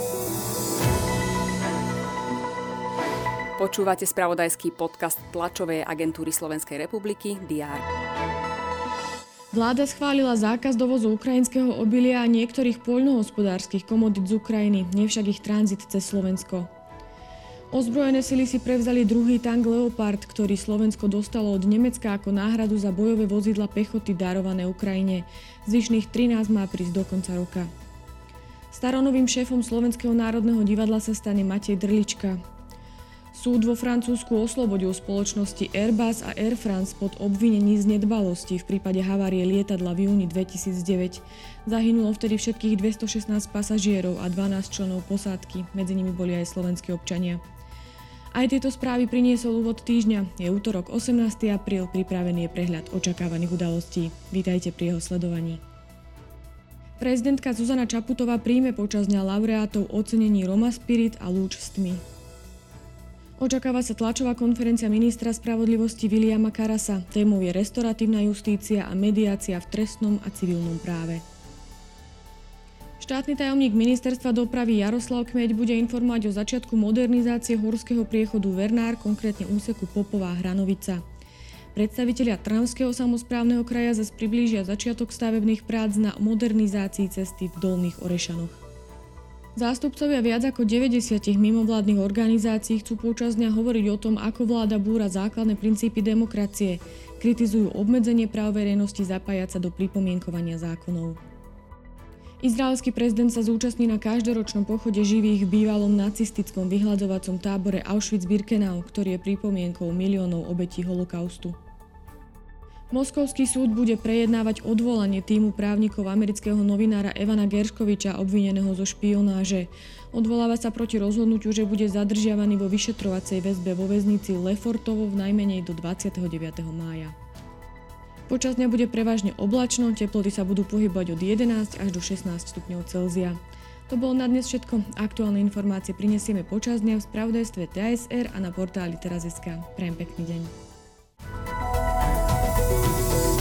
Počúvate spravodajský podcast tlačovej agentúry Slovenskej republiky DR. Vláda schválila zákaz dovozu ukrajinského obilia a niektorých poľnohospodárskych komodít z Ukrajiny, nevšak ich tranzit cez Slovensko. Ozbrojené sily si prevzali druhý tank Leopard, ktorý Slovensko dostalo od Nemecka ako náhradu za bojové vozidla pechoty darované Ukrajine. Zvyšných 13 má prísť do konca roka. Staronovým šéfom Slovenského národného divadla sa stane Matej Drlička. Súd vo Francúzsku oslobodil spoločnosti Airbus a Air France pod obvinení z nedbalosti v prípade havárie lietadla v júni 2009. Zahynulo vtedy všetkých 216 pasažierov a 12 členov posádky, medzi nimi boli aj slovenskí občania. Aj tieto správy priniesol úvod týždňa. Je útorok 18. apríl, pripravený je prehľad očakávaných udalostí. Vítajte pri jeho sledovaní. Prezidentka Zuzana Čaputová príjme počas dňa laureátov ocenení Roma Spirit a Lúč s tmy. Očakáva sa tlačová konferencia ministra spravodlivosti Viliama Karasa. Témou je restoratívna justícia a mediácia v trestnom a civilnom práve. Štátny tajomník ministerstva dopravy Jaroslav Kmeď bude informovať o začiatku modernizácie horského priechodu Vernár, konkrétne úseku Popová Hranovica. Predstavitelia Trnavského samosprávneho kraja zas priblížia začiatok stavebných prác na modernizácii cesty v Dolných Orešanoch. Zástupcovia viac ako 90 mimovládnych organizácií chcú počas dňa hovoriť o tom, ako vláda búra základné princípy demokracie, kritizujú obmedzenie práv verejnosti zapájať sa do pripomienkovania zákonov. Izraelský prezident sa zúčastní na každoročnom pochode živých v bývalom nacistickom vyhľadzovacom tábore Auschwitz-Birkenau, ktorý je pripomienkou miliónov obetí holokaustu. Moskovský súd bude prejednávať odvolanie tímu právnikov amerického novinára Evana Gershkoviča obvineného zo špionáže. Odvoláva sa proti rozhodnutiu, že bude zadržiavaný vo vyšetrovacej väzbe vo väznici Lefortovo v najmenej do 29. mája. Počas dňa bude prevažne oblačno, teploty sa budú pohybovať od 11 až do 16 stupňov Celzia. To bolo na dnes všetko. Aktuálne informácie prinesieme počas dňa v spravodajstve TASR a na portáli teraz.sk. Prajem pekný deň.